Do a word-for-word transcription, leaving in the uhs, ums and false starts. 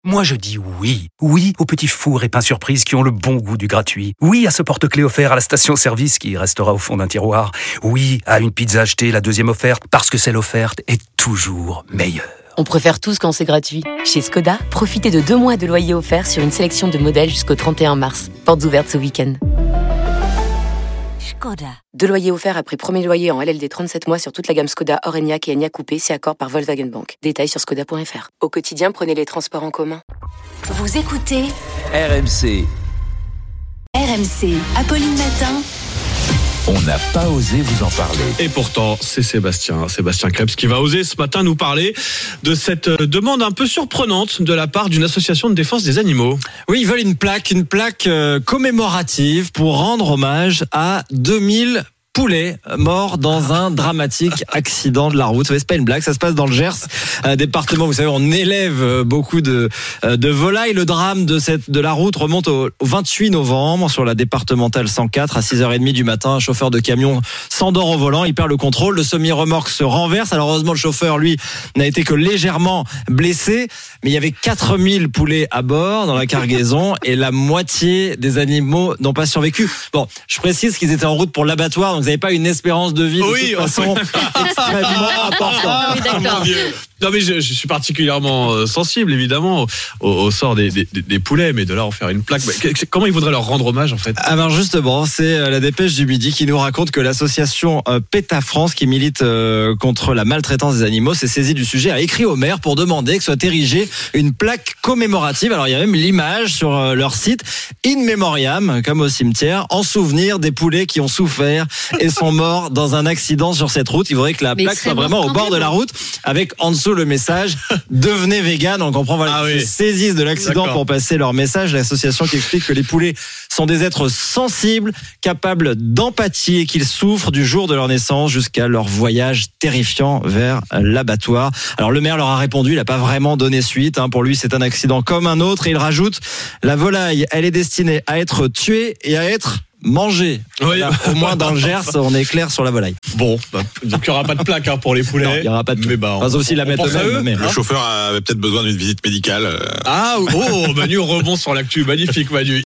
Moi je dis oui. Oui aux petits fours et pains surprises qui ont le bon goût du gratuit. Oui à ce porte-clés offert à la station-service qui restera au fond d'un tiroir. Oui à une pizza achetée, la deuxième offerte, parce que celle offerte est toujours meilleure. On préfère tous quand c'est gratuit. Chez Skoda, profitez de deux mois de loyer offert sur une sélection de modèles jusqu'au trente et un mars. Portes ouvertes ce week-end. Skoda. Deux loyers offerts après premier loyer en L L D trente-sept mois sur toute la gamme Skoda, Orenia et Enyaq Coupé, c'est accord par Volkswagen Bank. Détails sur skoda point f r. Au quotidien, prenez les transports en commun. Vous écoutez R M C. R M C, Apolline Matin. On n'a pas osé vous en parler. Et pourtant, c'est Sébastien, Sébastien Krebs qui va oser ce matin nous parler de cette demande un peu surprenante de la part d'une association de défense des animaux. Oui, ils veulent une plaque, une plaque euh, commémorative pour rendre hommage à deux mille poulets morts dans un dramatique accident de la route. C'est pas une blague, ça se passe dans le Gers, un département, vous savez, on élève beaucoup de de volailles. Le drame de cette de la route remonte au vingt-huit novembre sur la départementale cent quatre à six heures trente du matin. Un chauffeur de camion s'endort au volant, il perd le contrôle, le semi-remorque se renverse. Alors heureusement, le chauffeur, lui, n'a été que légèrement blessé, mais il y avait quatre mille poulets à bord dans la cargaison et la moitié des animaux n'ont pas survécu. Bon, je précise qu'ils étaient en route pour l'abattoir, donc vous n'avez pas une espérance de vie de oui, toute façon extrêmement importante. Ah oui, d'accord. Non mais je, je suis particulièrement euh, sensible évidemment au, au sort des, des, des poulets, mais de là en faire une plaque, mais, comment ils voudraient leur rendre hommage en fait? Alors justement, c'est la dépêche du midi qui nous raconte que l'association euh, PETA France, qui milite euh, contre la maltraitance des animaux, s'est saisie du sujet, a écrit au maire pour demander que soit érigée une plaque commémorative. Alors il y a même l'image sur euh, leur site, in memoriam, comme au cimetière, en souvenir des poulets qui ont souffert et sont morts dans un accident sur cette route. Il faudrait que la Mais plaque soit vraiment au bord de la route, avec en dessous le message devenez vegan. On comprend, voilà, ah ils oui. se saisissent de l'accident D'accord. pour passer leur message. L'association qui explique que les poulets sont des êtres sensibles, capables d'empathie et qu'ils souffrent du jour de leur naissance jusqu'à leur voyage terrifiant vers l'abattoir. Alors le maire leur a répondu, il n'a pas vraiment donné suite, hein. Pour lui, c'est un accident comme un autre, et il rajoute, la volaille, elle est destinée à être tuée et à être manger. Oui. Voilà, au moins dans le Gers, on est clair sur la volaille. Bon, bah, donc il n'y aura pas de plaque hein, pour les poulets. Non, il n'y aura pas de mais bah, on, pas aussi la on mettre pense à eux-mêmes, eux. mais- Le chauffeur avait peut-être besoin d'une visite médicale. Ah, oh, Manu rebond sur l'actu, magnifique Manu.